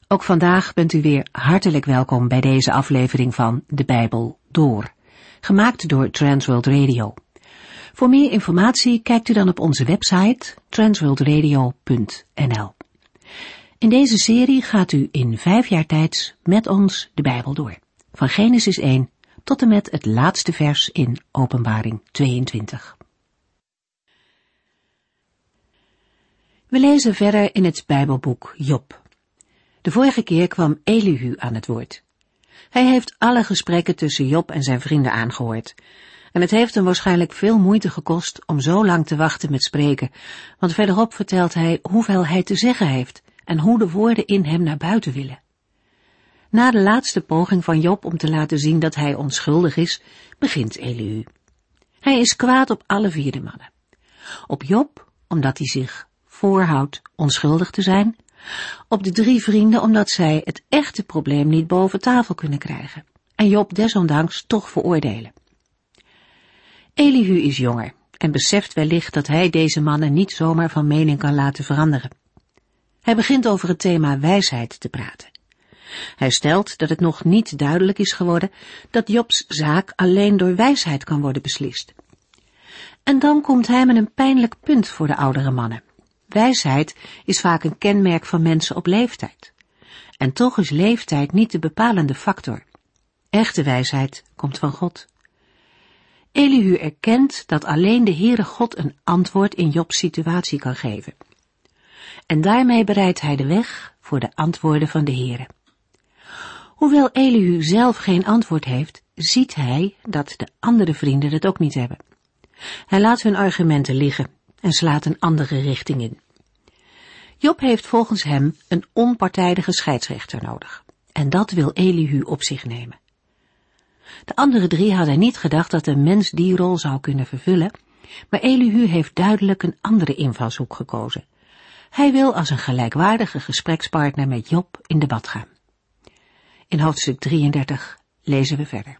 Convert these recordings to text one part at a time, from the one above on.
Ook vandaag bent u weer hartelijk welkom bij deze aflevering van De Bijbel Door, gemaakt door Transworld Radio. Voor meer informatie kijkt u dan op onze website transworldradio.nl. In deze serie gaat u in 5 jaar tijd met ons de Bijbel door, van Genesis 1 tot en met het laatste vers in Openbaring 22. We lezen verder in het Bijbelboek Job. De vorige keer kwam Elihu aan het woord. Hij heeft alle gesprekken tussen Job en zijn vrienden aangehoord. En het heeft hem waarschijnlijk veel moeite gekost om zo lang te wachten met spreken, want verderop vertelt hij hoeveel hij te zeggen heeft en hoe de woorden in hem naar buiten willen. Na de laatste poging van Job om te laten zien dat hij onschuldig is, begint Elihu. Hij is kwaad op alle 4 de mannen. Op Job, omdat hij zich voorhoudt onschuldig te zijn. Op de 3 vrienden, omdat zij het echte probleem niet boven tafel kunnen krijgen. En Job desondanks toch veroordelen. Elihu is jonger en beseft wellicht dat hij deze mannen niet zomaar van mening kan laten veranderen. Hij begint over het thema wijsheid te praten. Hij stelt dat het nog niet duidelijk is geworden dat Jobs zaak alleen door wijsheid kan worden beslist. En dan komt hij met een pijnlijk punt voor de oudere mannen. Wijsheid is vaak een kenmerk van mensen op leeftijd. En toch is leeftijd niet de bepalende factor. Echte wijsheid komt van God. Elihu erkent dat alleen de Heere God een antwoord in Jobs situatie kan geven. En daarmee bereidt hij de weg voor de antwoorden van de Heere. Hoewel Elihu zelf geen antwoord heeft, ziet hij dat de andere vrienden het ook niet hebben. Hij laat hun argumenten liggen en slaat een andere richting in. Job heeft volgens hem een onpartijdige scheidsrechter nodig. En dat wil Elihu op zich nemen. De andere 3 hadden niet gedacht dat een mens die rol zou kunnen vervullen, maar Elihu heeft duidelijk een andere invalshoek gekozen. Hij wil als een gelijkwaardige gesprekspartner met Job in debat gaan. In hoofdstuk 33 lezen we verder.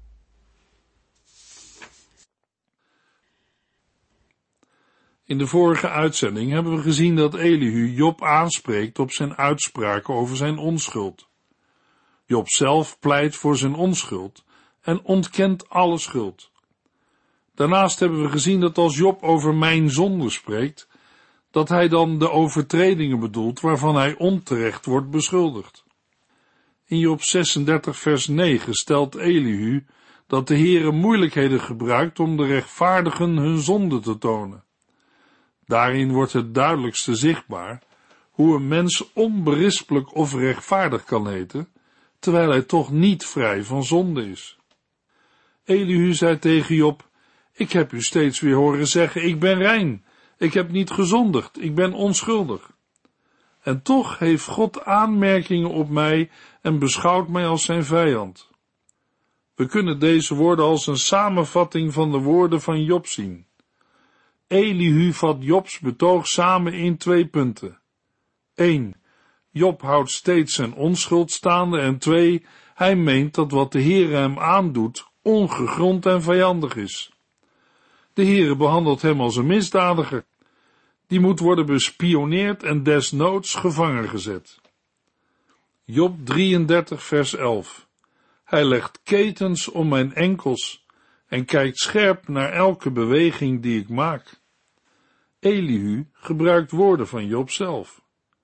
In de vorige uitzending hebben we gezien dat Elihu Job aanspreekt op zijn uitspraken over zijn onschuld. Job zelf pleit voor zijn onschuld en ontkent alle schuld. Daarnaast hebben we gezien dat als Job over mijn zonde spreekt, dat hij dan de overtredingen bedoelt waarvan hij onterecht wordt beschuldigd. In Job 36 vers 9 stelt Elihu dat de Heere moeilijkheden gebruikt om de rechtvaardigen hun zonde te tonen. Daarin wordt het duidelijkste zichtbaar hoe een mens onberispelijk of rechtvaardig kan heten, terwijl hij toch niet vrij van zonde is. Elihu zei tegen Job: ik heb u steeds weer horen zeggen, ik ben rein, ik heb niet gezondigd, ik ben onschuldig. En toch heeft God aanmerkingen op mij en beschouwt mij als zijn vijand. We kunnen deze woorden als een samenvatting van de woorden van Job zien. Elihu vat Jobs betoog samen in 2 punten. 1. Job houdt steeds zijn onschuld staande en 2. Hij meent dat wat de Heere hem aandoet ongegrond en vijandig is. De Heere behandelt hem als een misdadiger. Die moet worden bespioneerd en desnoods gevangen gezet. Job 33 vers 11. Hij legt ketens om mijn enkels en kijkt scherp naar elke beweging die ik maak. Elihu gebruikt woorden van Job zelf.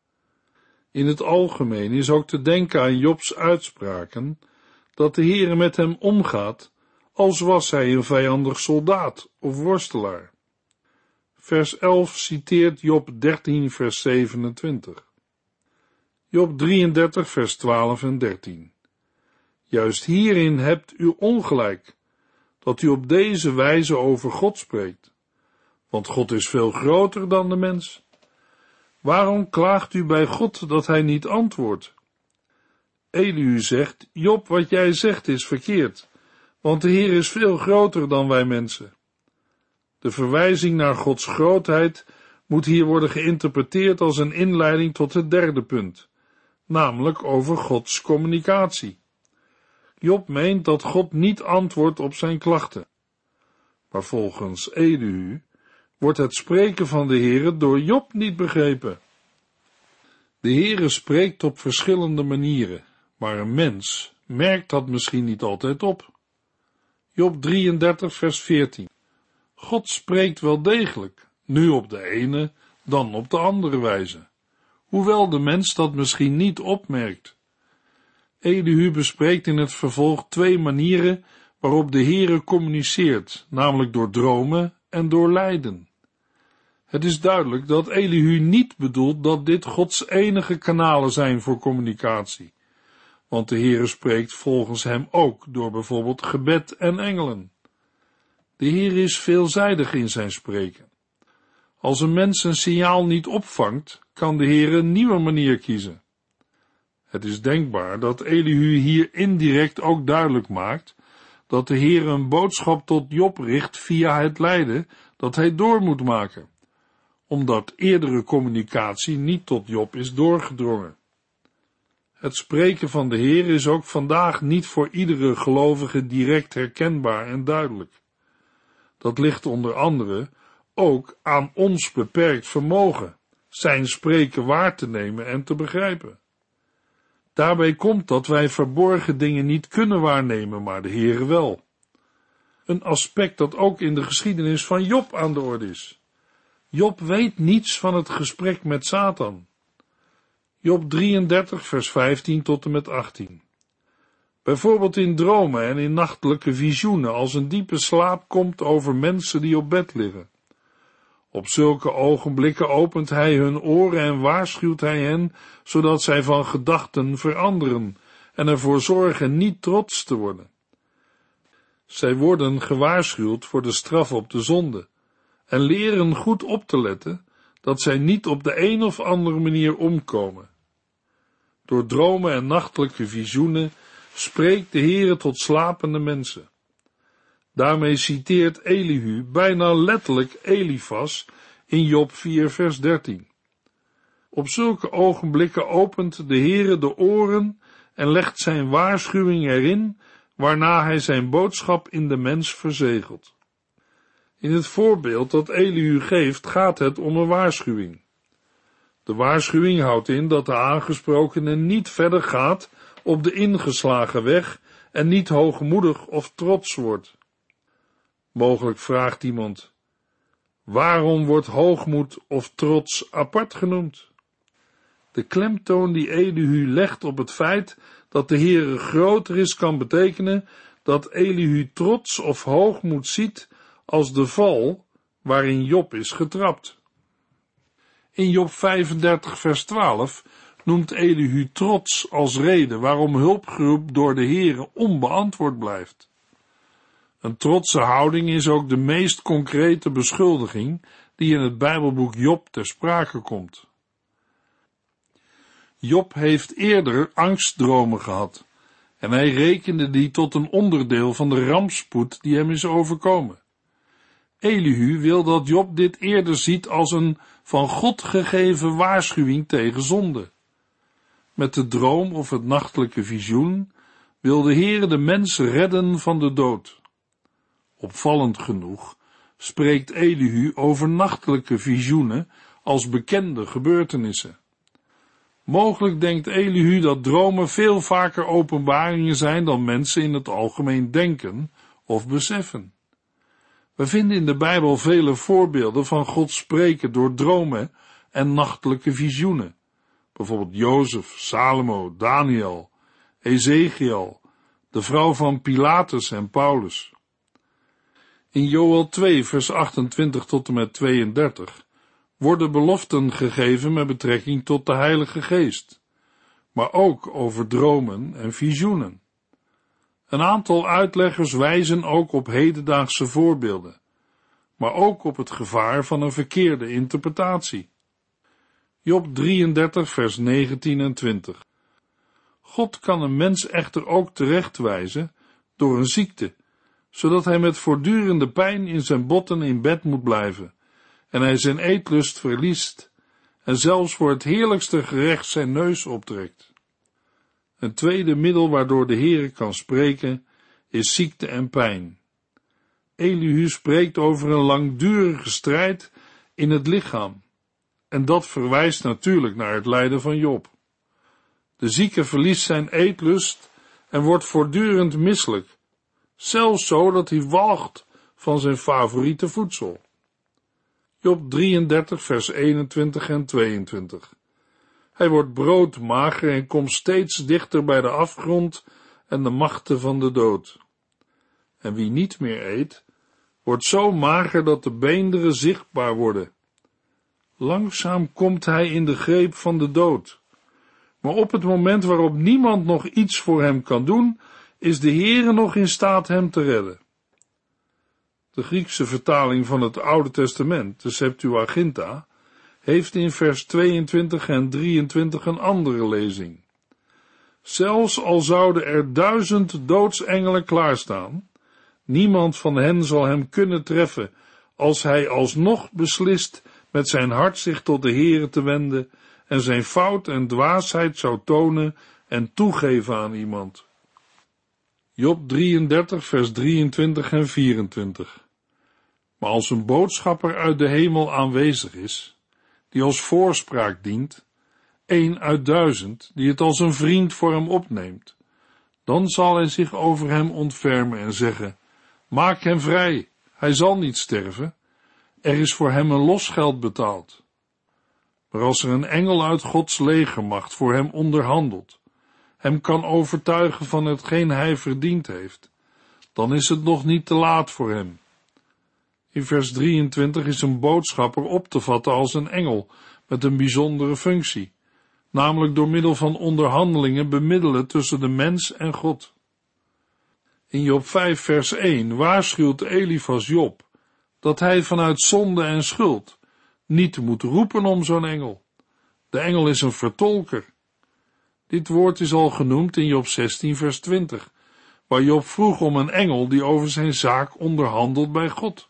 In het algemeen is ook te denken aan Jobs uitspraken dat de Heere met hem omgaat als was hij een vijandig soldaat of worstelaar. Vers 11 citeert Job 13 vers 27. Job 33 vers 12 en 13. Juist hierin hebt u ongelijk, dat u op deze wijze over God spreekt. Want God is veel groter dan de mens. Waarom klaagt u bij God dat hij niet antwoordt? Elihu zegt: Job, wat jij zegt is verkeerd, want de Heer is veel groter dan wij mensen. De verwijzing naar Gods grootheid moet hier worden geïnterpreteerd als een inleiding tot het 3e punt, namelijk over Gods communicatie. Job meent dat God niet antwoordt op zijn klachten. Maar volgens Elihu wordt het spreken van de Heere door Job niet begrepen. De Heere spreekt op verschillende manieren, maar een mens merkt dat misschien niet altijd op. Job 33 vers 14. God spreekt wel degelijk, nu op de ene, dan op de andere wijze, hoewel de mens dat misschien niet opmerkt. Elihu bespreekt in het vervolg 2 manieren waarop de Heere communiceert, namelijk door dromen en door lijden. Het is duidelijk dat Elihu niet bedoelt dat dit Gods enige kanalen zijn voor communicatie, want de Heere spreekt volgens hem ook door bijvoorbeeld gebed en engelen. De Heer is veelzijdig in zijn spreken. Als een mens een signaal niet opvangt, kan de Heer een nieuwe manier kiezen. Het is denkbaar dat Elihu hier indirect ook duidelijk maakt dat de Heer een boodschap tot Job richt via het lijden dat hij door moet maken, omdat eerdere communicatie niet tot Job is doorgedrongen. Het spreken van de Heer is ook vandaag niet voor iedere gelovige direct herkenbaar en duidelijk. Dat ligt onder andere ook aan ons beperkt vermogen, zijn spreken waar te nemen en te begrijpen. Daarbij komt dat wij verborgen dingen niet kunnen waarnemen, maar de Heere wel. Een aspect dat ook in de geschiedenis van Job aan de orde is. Job weet niets van het gesprek met Satan. Job 33 vers 15 tot en met 18. Bijvoorbeeld in dromen en in nachtelijke visioenen, als een diepe slaap komt over mensen die op bed liggen. Op zulke ogenblikken opent hij hun oren en waarschuwt hij hen, zodat zij van gedachten veranderen en ervoor zorgen niet trots te worden. Zij worden gewaarschuwd voor de straf op de zonde en leren goed op te letten dat zij niet op de een of andere manier omkomen. Door dromen en nachtelijke visioenen spreekt de Heere tot slapende mensen. Daarmee citeert Elihu bijna letterlijk Elifas in Job 4 vers 13. Op zulke ogenblikken opent de Heere de oren en legt zijn waarschuwing erin, waarna hij zijn boodschap in de mens verzegelt. In het voorbeeld dat Elihu geeft gaat het om een waarschuwing. De waarschuwing houdt in dat de aangesprokene niet verder gaat op de ingeslagen weg en niet hoogmoedig of trots wordt. Mogelijk vraagt iemand, waarom wordt hoogmoed of trots apart genoemd? De klemtoon die Elihu legt op het feit dat de Heere groter is, kan betekenen dat Elihu trots of hoogmoed ziet als de val waarin Job is getrapt. In Job 35 vers 12 noemt Elihu trots als reden waarom hulpgeroep door de Heere onbeantwoord blijft. Een trotse houding is ook de meest concrete beschuldiging die in het Bijbelboek Job ter sprake komt. Job heeft eerder angstdromen gehad en hij rekende die tot een onderdeel van de rampspoed die hem is overkomen. Elihu wil dat Job dit eerder ziet als een van God gegeven waarschuwing tegen zonde. Met de droom of het nachtelijke visioen wil de Heere de mens redden van de dood. Opvallend genoeg spreekt Elihu over nachtelijke visioenen als bekende gebeurtenissen. Mogelijk denkt Elihu dat dromen veel vaker openbaringen zijn dan mensen in het algemeen denken of beseffen. We vinden in de Bijbel vele voorbeelden van God spreken door dromen en nachtelijke visioenen. Bijvoorbeeld Jozef, Salomo, Daniel, Ezekiel, de vrouw van Pilatus en Paulus. In Joël 2 vers 28 tot en met 32 worden beloften gegeven met betrekking tot de Heilige Geest, maar ook over dromen en visioenen. Een aantal uitleggers wijzen ook op hedendaagse voorbeelden, maar ook op het gevaar van een verkeerde interpretatie. Job 33 vers 19 en 20. God kan een mens echter ook terechtwijzen door een ziekte, zodat hij met voortdurende pijn in zijn botten in bed moet blijven en hij zijn eetlust verliest en zelfs voor het heerlijkste gerecht zijn neus optrekt. Een tweede middel waardoor de Heere kan spreken is ziekte en pijn. Elihu spreekt over een langdurige strijd in het lichaam En dat verwijst natuurlijk naar het lijden van Job. De zieke verliest zijn eetlust en wordt voortdurend misselijk, zelfs zo dat hij walgt van zijn favoriete voedsel. Job 33 vers 21 en 22. Hij wordt broodmager en komt steeds dichter bij de afgrond en de machten van de dood. En wie niet meer eet, wordt zo mager dat de beenderen zichtbaar worden. Langzaam komt hij in de greep van de dood. Maar op het moment waarop niemand nog iets voor hem kan doen, is de Heere nog in staat hem te redden. De Griekse vertaling van het Oude Testament, de Septuaginta, heeft in vers 22 en 23 een andere lezing. Zelfs al zouden er 1000 doodsengelen klaarstaan, niemand van hen zal hem kunnen treffen, als hij alsnog beslist met zijn hart zich tot de Heere te wenden en zijn fout en dwaasheid zou tonen en toegeven aan iemand. Job 33 vers 23 en 24. Maar als een boodschapper uit de hemel aanwezig is, die als voorspraak dient, 1 uit 1000, die het als een vriend voor hem opneemt, dan zal hij zich over hem ontfermen en zeggen, maak hem vrij, hij zal niet sterven, er is voor hem een losgeld betaald. Maar als er een engel uit Gods legermacht voor hem onderhandelt, hem kan overtuigen van hetgeen hij verdiend heeft, dan is het nog niet te laat voor hem. In vers 23 is een boodschapper op te vatten als een engel met een bijzondere functie, namelijk door middel van onderhandelingen bemiddelen tussen de mens en God. In Job 5 vers 1 waarschuwt Elifas Job dat hij vanuit zonde en schuld niet moet roepen om zo'n engel. De engel is een vertolker. Dit woord is al genoemd in Job 16 vers 20, waar Job vroeg om een engel die over zijn zaak onderhandelt bij God.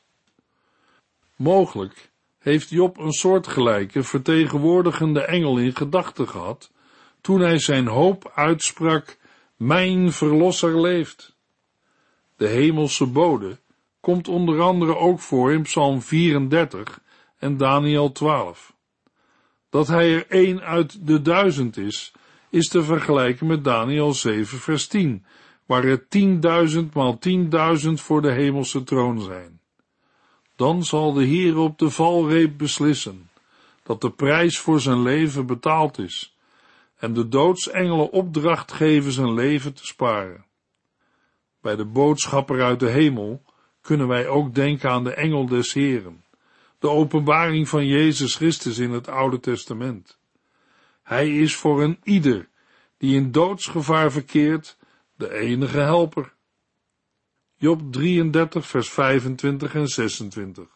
Mogelijk heeft Job een soortgelijke vertegenwoordigende engel in gedachten gehad, toen hij zijn hoop uitsprak, mijn verlosser leeft. De hemelse bode komt onder andere ook voor in Psalm 34 en Daniel 12. Dat hij er 1 uit de 1000 is te vergelijken met Daniel 7 vers 10, waar er 10.000 maal 10.000 voor de hemelse troon zijn. Dan zal de Heer op de valreep beslissen, dat de prijs voor zijn leven betaald is, en de doodsengelen opdracht geven zijn leven te sparen. Bij de boodschapper uit de hemel kunnen wij ook denken aan de engel des Heeren, de openbaring van Jezus Christus in het Oude Testament. Hij is voor een ieder die in doodsgevaar verkeert, de enige helper. Job 33 vers 25 en 26.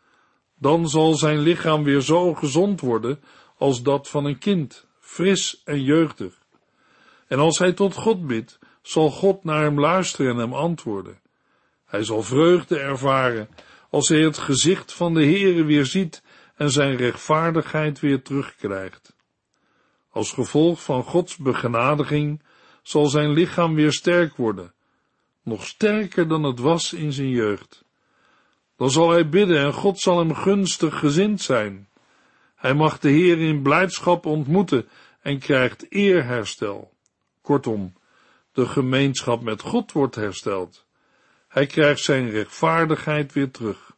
Dan zal zijn lichaam weer zo gezond worden als dat van een kind, fris en jeugdig. En als hij tot God bidt, zal God naar hem luisteren en hem antwoorden. Hij zal vreugde ervaren als hij het gezicht van de Heere weer ziet en zijn rechtvaardigheid weer terugkrijgt. Als gevolg van Gods begenadiging zal zijn lichaam weer sterk worden, nog sterker dan het was in zijn jeugd. Dan zal hij bidden en God zal hem gunstig gezind zijn. Hij mag de Heer in blijdschap ontmoeten en krijgt eerherstel. Kortom, de gemeenschap met God wordt hersteld. Hij krijgt zijn rechtvaardigheid weer terug.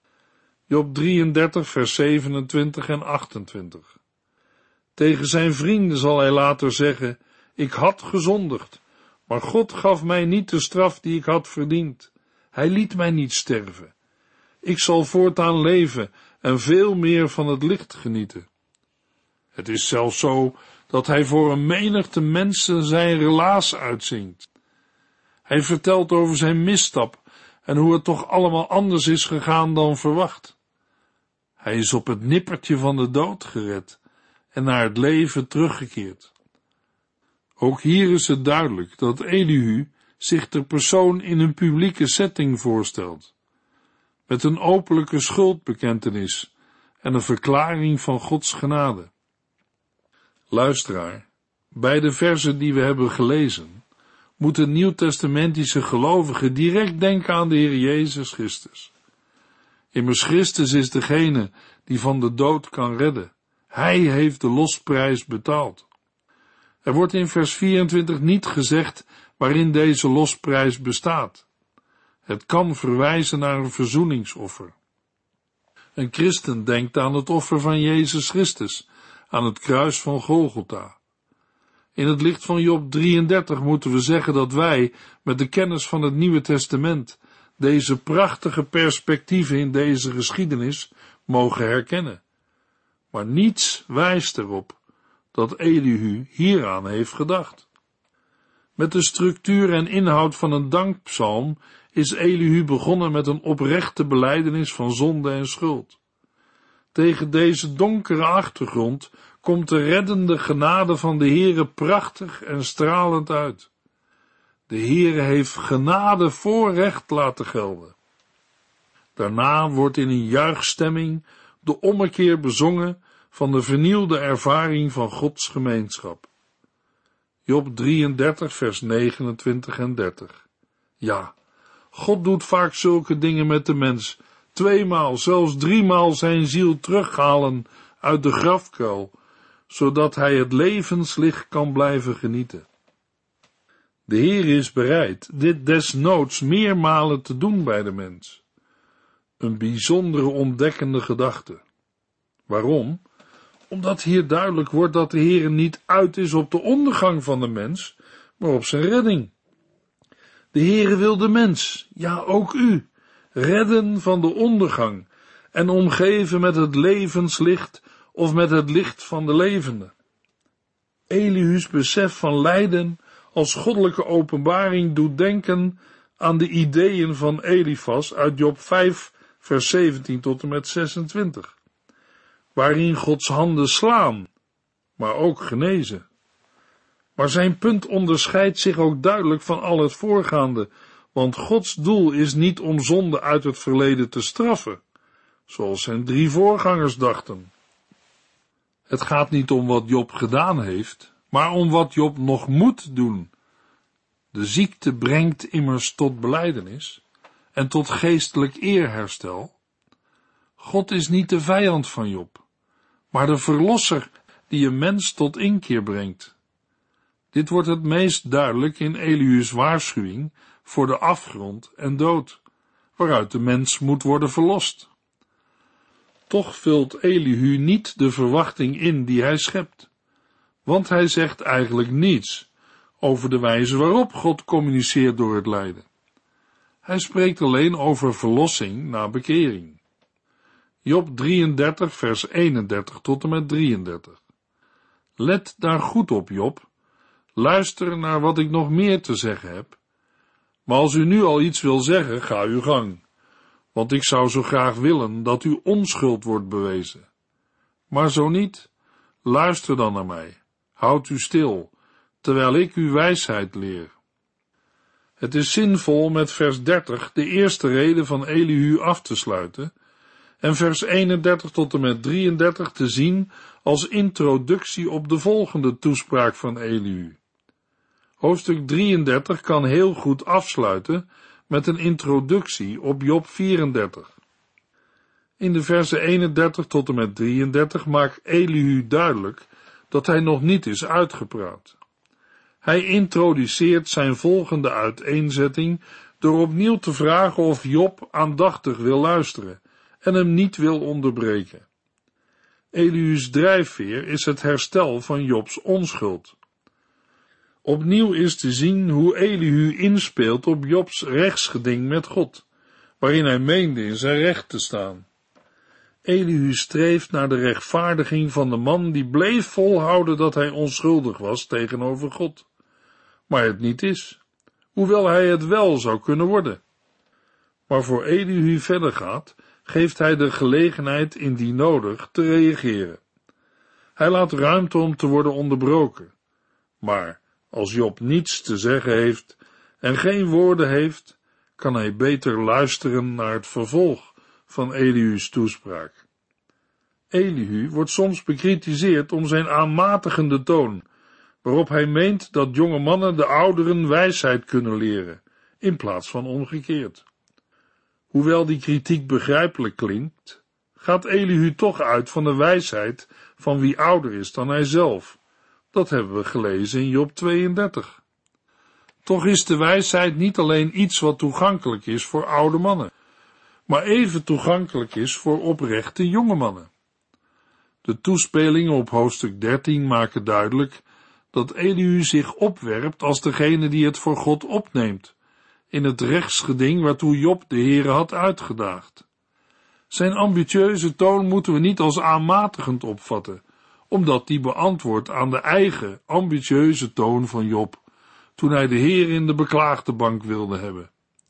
Job 33 vers 27 en 28. Tegen zijn vrienden zal hij later zeggen, ik had gezondigd, maar God gaf mij niet de straf die ik had verdiend. Hij liet mij niet sterven. Ik zal voortaan leven en veel meer van het licht genieten. Het is zelfs zo dat hij voor een menigte mensen zijn relaas uitzingt. Hij vertelt over zijn misstap en hoe het toch allemaal anders is gegaan dan verwacht. Hij is op het nippertje van de dood gered en naar het leven teruggekeerd. Ook hier is het duidelijk dat Elihu zich ter persoon in een publieke setting voorstelt, met een openlijke schuldbekentenis en een verklaring van Gods genade. Luisteraar, bij de verzen die we hebben gelezen, moeten nieuwtestamentische gelovigen direct denken aan de Heer Jezus Christus. Immers Christus is degene die van de dood kan redden. Hij heeft de losprijs betaald. Er wordt in vers 24 niet gezegd waarin deze losprijs bestaat. Het kan verwijzen naar een verzoeningsoffer. Een christen denkt aan het offer van Jezus Christus, aan het kruis van Golgotha. In het licht van Job 33 moeten we zeggen dat wij, met de kennis van het Nieuwe Testament, deze prachtige perspectieven in deze geschiedenis mogen herkennen. Maar niets wijst erop dat Elihu hieraan heeft gedacht. Met de structuur en inhoud van een dankpsalm is Elihu begonnen met een oprechte belijdenis van zonde en schuld. Tegen deze donkere achtergrond komt de reddende genade van de Heere prachtig en stralend uit. De Heere heeft genade voor recht laten gelden. Daarna wordt in een juichstemming de ommekeer bezongen van de vernieuwde ervaring van Gods gemeenschap. Job 33 vers 29 en 30. Ja, God doet vaak zulke dingen met de mens, 2-maal, zelfs 3-maal zijn ziel terughalen uit de grafkuil, zodat hij het levenslicht kan blijven genieten. De Heer is bereid dit desnoods meermalen te doen bij de mens. Een bijzondere ontdekkende gedachte. Waarom? Omdat hier duidelijk wordt dat de Heer niet uit is op de ondergang van de mens, maar op zijn redding. De Heere wil de mens, ja ook u, redden van de ondergang en omgeven met het levenslicht of met het licht van de levenden. Elihu's besef van lijden als goddelijke openbaring doet denken aan de ideeën van Elifas uit Job 5 vers 17 tot en met 26, waarin Gods handen slaan, maar ook genezen. Maar zijn punt onderscheidt zich ook duidelijk van al het voorgaande, want Gods doel is niet om zonde uit het verleden te straffen, zoals zijn 3 voorgangers dachten. Het gaat niet om wat Job gedaan heeft, maar om wat Job nog moet doen. De ziekte brengt immers tot belijdenis en tot geestelijk eerherstel. God is niet de vijand van Job, maar de verlosser die een mens tot inkeer brengt. Dit wordt het meest duidelijk in Elihu's waarschuwing voor de afgrond en dood, waaruit de mens moet worden verlost. Toch vult Elihu niet de verwachting in die hij schept, want hij zegt eigenlijk niets over de wijze waarop God communiceert door het lijden. Hij spreekt alleen over verlossing na bekering. Job 33 vers 31 tot en met 33. Let daar goed op, Job. Luister naar wat ik nog meer te zeggen heb. Maar als u nu al iets wil zeggen, ga uw gang. Want ik zou zo graag willen dat uw onschuld wordt bewezen. Maar zo niet, luister dan naar mij. Houd u stil, terwijl ik u wijsheid leer. Het is zinvol met vers 30 de eerste rede van Elihu af te sluiten en vers 31 tot en met 33 te zien als introductie op de volgende toespraak van Elihu. Hoofdstuk 33 kan heel goed afsluiten met een introductie op Job 34. In de versen 31 tot en met 33 maakt Elihu duidelijk dat hij nog niet is uitgepraat. Hij introduceert zijn volgende uiteenzetting door opnieuw te vragen of Job aandachtig wil luisteren en hem niet wil onderbreken. Elihu's drijfveer is het herstel van Jobs onschuld. Opnieuw is te zien hoe Elihu inspeelt op Jobs rechtsgeding met God, waarin hij meende in zijn recht te staan. Elihu streeft naar de rechtvaardiging van de man die bleef volhouden dat hij onschuldig was tegenover God, maar het niet is, hoewel hij het wel zou kunnen worden. Maar voor Elihu verder gaat, geeft hij de gelegenheid indien nodig te reageren. Hij laat ruimte om te worden onderbroken, maar als Job niets te zeggen heeft en geen woorden heeft, kan hij beter luisteren naar het vervolg van Elihu's toespraak. Elihu wordt soms bekritiseerd om zijn aanmatigende toon, waarop hij meent dat jonge mannen de ouderen wijsheid kunnen leren, in plaats van omgekeerd. Hoewel die kritiek begrijpelijk klinkt, gaat Elihu toch uit van de wijsheid van wie ouder is dan hij zelf. Dat hebben we gelezen in Job 32. Toch is de wijsheid niet alleen iets wat toegankelijk is voor oude mannen, maar even toegankelijk is voor oprechte jonge mannen. De toespelingen op hoofdstuk 13 maken duidelijk dat Elihu zich opwerpt als degene die het voor God opneemt, in het rechtsgeding waartoe Job de Heere had uitgedaagd. Zijn ambitieuze toon moeten we niet als aanmatigend opvatten, omdat die beantwoordt aan de eigen ambitieuze toon van Job, toen hij de Heer in de beklaagde bank wilde hebben.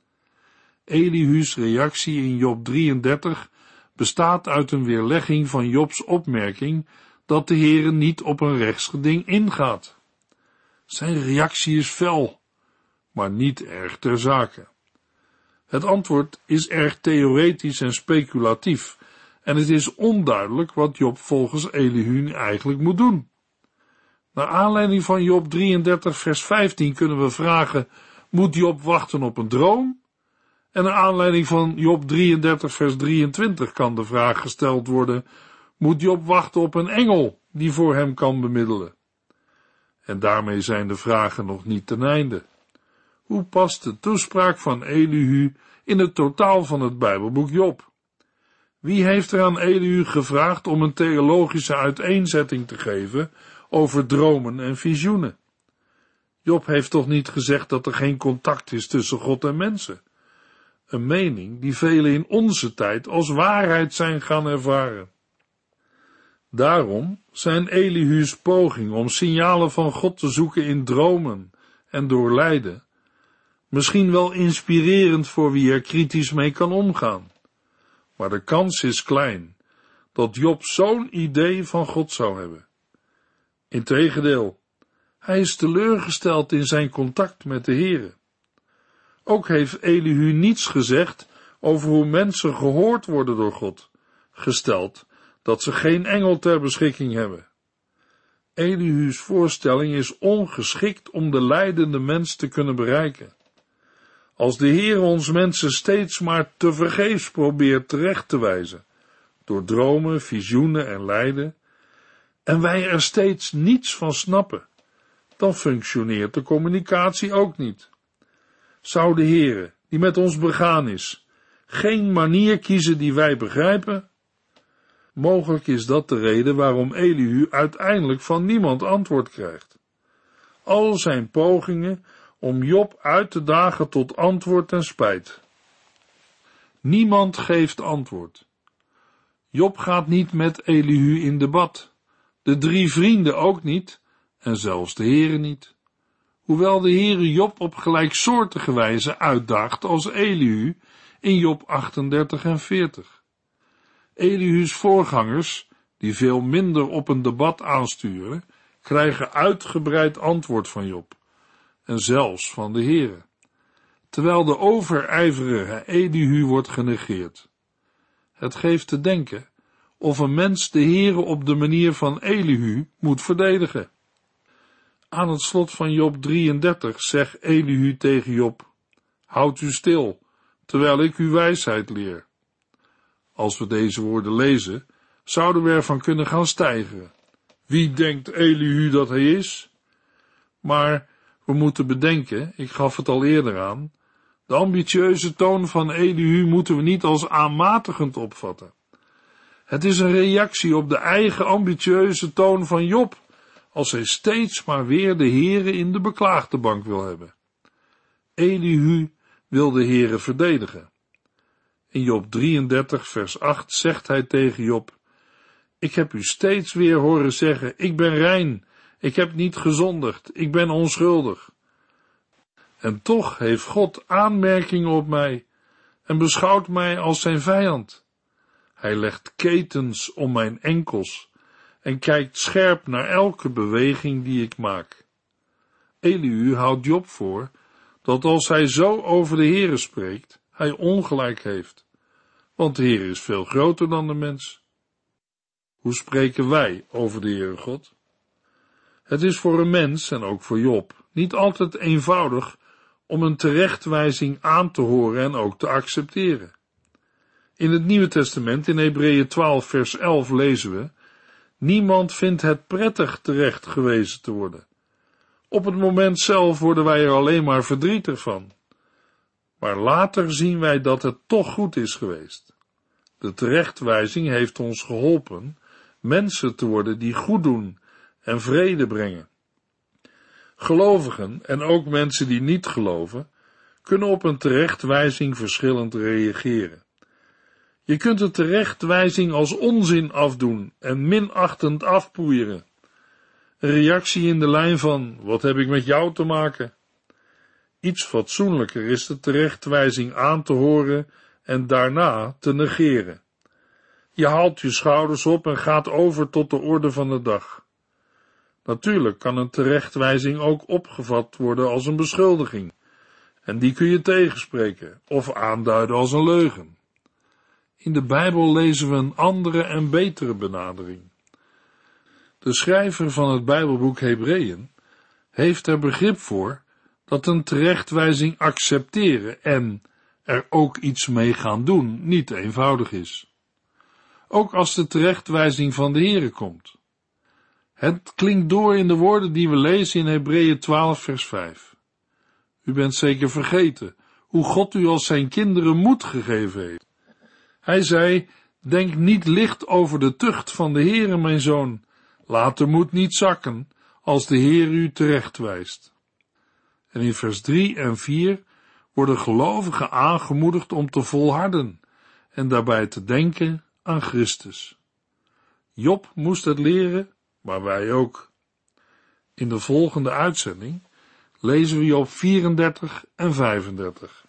Elihu's reactie in Job 33 bestaat uit een weerlegging van Jobs opmerking dat de Heere niet op een rechtsgeding ingaat. Zijn reactie is fel, maar niet erg ter zake. Het antwoord is erg theoretisch en speculatief, en het is onduidelijk wat Job volgens Elihu eigenlijk moet doen. Naar aanleiding van Job 33 vers 15 kunnen we vragen, moet Job wachten op een droom? En naar aanleiding van Job 33 vers 23 kan de vraag gesteld worden, moet Job wachten op een engel die voor hem kan bemiddelen? En daarmee zijn de vragen nog niet ten einde. Hoe past de toespraak van Elihu in het totaal van het Bijbelboek Job? Wie heeft er aan Elihu gevraagd om een theologische uiteenzetting te geven over dromen en visioenen? Job heeft toch niet gezegd dat er geen contact is tussen God en mensen? Een mening die velen in onze tijd als waarheid zijn gaan ervaren. Daarom zijn Elihu's pogingen om signalen van God te zoeken in dromen en door lijden misschien wel inspirerend voor wie er kritisch mee kan omgaan. Maar de kans is klein dat Job zo'n idee van God zou hebben. Integendeel, hij is teleurgesteld in zijn contact met de Heere. Ook heeft Elihu niets gezegd over hoe mensen gehoord worden door God, gesteld dat ze geen engel ter beschikking hebben. Elihu's voorstelling is ongeschikt om de lijdende mens te kunnen bereiken. Als de Heer ons mensen steeds maar tevergeefs probeert terecht te wijzen, door dromen, visioenen en lijden, en wij er steeds niets van snappen, dan functioneert de communicatie ook niet. Zou de Heere, die met ons begaan is, geen manier kiezen die wij begrijpen? Mogelijk is dat de reden waarom Elihu uiteindelijk van niemand antwoord krijgt. Al zijn pogingen om Job uit te dagen tot antwoord ten spijt. Niemand geeft antwoord. Job gaat niet met Elihu in debat, de 3 vrienden ook niet, en zelfs de Heere niet. Hoewel de Heere Job op gelijksoortige wijze uitdaagt als Elihu in Job 38 en 40. Elihu's voorgangers, die veel minder op een debat aansturen, krijgen uitgebreid antwoord van Job, en zelfs van de Heere, terwijl de overijverige Elihu wordt genegeerd. Het geeft te denken of een mens de Heere op de manier van Elihu moet verdedigen. Aan het slot van Job 33 zegt Elihu tegen Job, houd u stil, terwijl ik u wijsheid leer. Als we deze woorden lezen, zouden we ervan kunnen gaan steigeren. Wie denkt Elihu dat hij is? Maar we moeten bedenken, ik gaf het al eerder aan, de ambitieuze toon van Elihu moeten we niet als aanmatigend opvatten. Het is een reactie op de eigen ambitieuze toon van Job, als hij steeds maar weer de Heere in de beklaagde bank wil hebben. Elihu wil de Heere verdedigen. In Job 33 vers 8 zegt hij tegen Job, ik heb u steeds weer horen zeggen, ik ben rein, ik heb niet gezondigd, ik ben onschuldig. En toch heeft God aanmerkingen op mij en beschouwt mij als zijn vijand. Hij legt ketens om mijn enkels en kijkt scherp naar elke beweging die ik maak. Elihu houdt Job voor dat als hij zo over de Heere spreekt, hij ongelijk heeft, want de Heer is veel groter dan de mens. Hoe spreken wij over de Heere God? Het is voor een mens, en ook voor Job, niet altijd eenvoudig om een terechtwijzing aan te horen en ook te accepteren. In het Nieuwe Testament, in Hebreeën 12 vers 11 lezen we: niemand vindt het prettig terecht gewezen te worden. Op het moment zelf worden wij er alleen maar verdrietig van. Maar later zien wij dat het toch goed is geweest. De terechtwijzing heeft ons geholpen mensen te worden die goed doen en vrede brengen. Gelovigen en ook mensen die niet geloven, kunnen op een terechtwijzing verschillend reageren. Je kunt een terechtwijzing als onzin afdoen en minachtend afpoeieren. Een reactie in de lijn van: wat heb ik met jou te maken? Iets fatsoenlijker is de terechtwijzing aan te horen en daarna te negeren. Je haalt je schouders op en gaat over tot de orde van de dag. Natuurlijk kan een terechtwijzing ook opgevat worden als een beschuldiging, en die kun je tegenspreken of aanduiden als een leugen. In de Bijbel lezen we een andere en betere benadering. De schrijver van het Bijbelboek Hebreeën heeft er begrip voor dat een terechtwijzing accepteren en er ook iets mee gaan doen niet eenvoudig is. Ook als de terechtwijzing van de Heere komt. Het klinkt door in de woorden die we lezen in Hebreeën 12 vers 5. U bent zeker vergeten hoe God u als zijn kinderen moed gegeven heeft. Hij zei: denk niet licht over de tucht van de Heere, mijn zoon. Laat de moed niet zakken, als de Heer u terechtwijst. En in vers 3 en 4 worden gelovigen aangemoedigd om te volharden en daarbij te denken aan Christus. Job moest het leren, maar wij ook. In de volgende uitzending lezen we Job 34 en 35.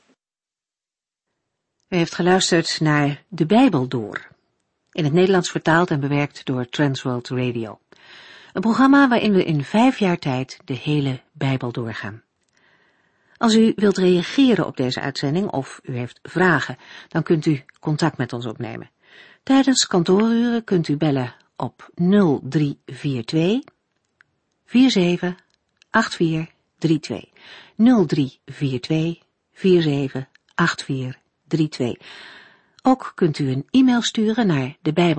U heeft geluisterd naar De Bijbel Door, in het Nederlands vertaald en bewerkt door Transworld Radio. Een programma waarin we in 5 jaar tijd de hele Bijbel doorgaan. Als u wilt reageren op deze uitzending of u heeft vragen, dan kunt u contact met ons opnemen. Tijdens kantooruren kunt u bellen op 0342 47 8432. 0342 47 8432. Ook kunt u een e-mail sturen naar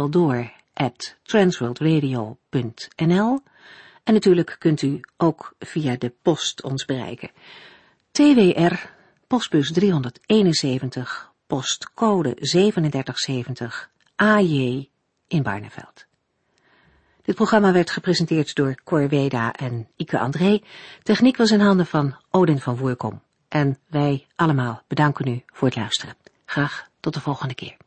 debijbeldoor@transworldradio.nl en natuurlijk kunt u ook via de post ons bereiken. TWR, postbus 371, postcode 3770, AJ in Barneveld. Dit programma werd gepresenteerd door Cor Weda en Ike André. Techniek was in handen van Odin van Woerkom. En wij allemaal bedanken u voor het luisteren. Graag tot de volgende keer.